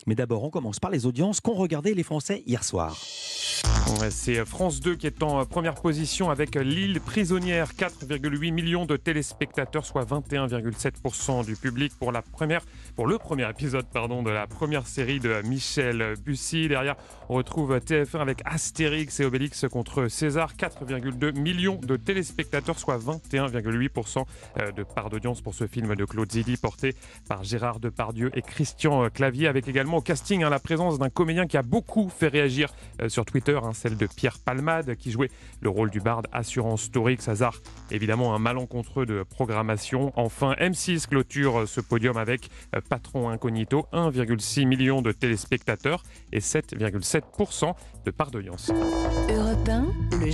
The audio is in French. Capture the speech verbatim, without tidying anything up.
Mais d'abord, on commence par les audiences qu'ont regardé les Français hier soir. Ouais, c'est France deux qui est en première position avec L'île prisonnière, quatre virgule huit millions de téléspectateurs, soit vingt et un virgule sept pour cent du public pour, la première, pour le premier épisode pardon, de la première série de Michel Bussy. Derrière, on retrouve T F un avec Astérix et Obélix contre César, quatre virgule deux millions de téléspectateurs, soit vingt et un virgule huit pour cent de part d'audience pour ce film de Claude Zidi, porté par Gérard Depardieu et Christian Clavier, avec également au casting hein, la présence d'un comédien qui a beaucoup fait réagir euh, sur Twitter, hein, celle de Pierre Palmade, qui jouait le rôle du barde Assurance Torix. Hasard, évidemment, un malencontreux de programmation. Enfin, M six clôture ce podium avec euh, Patron Incognito, un virgule six million de téléspectateurs et sept virgule sept pour cent de part d'audience. Europe un, le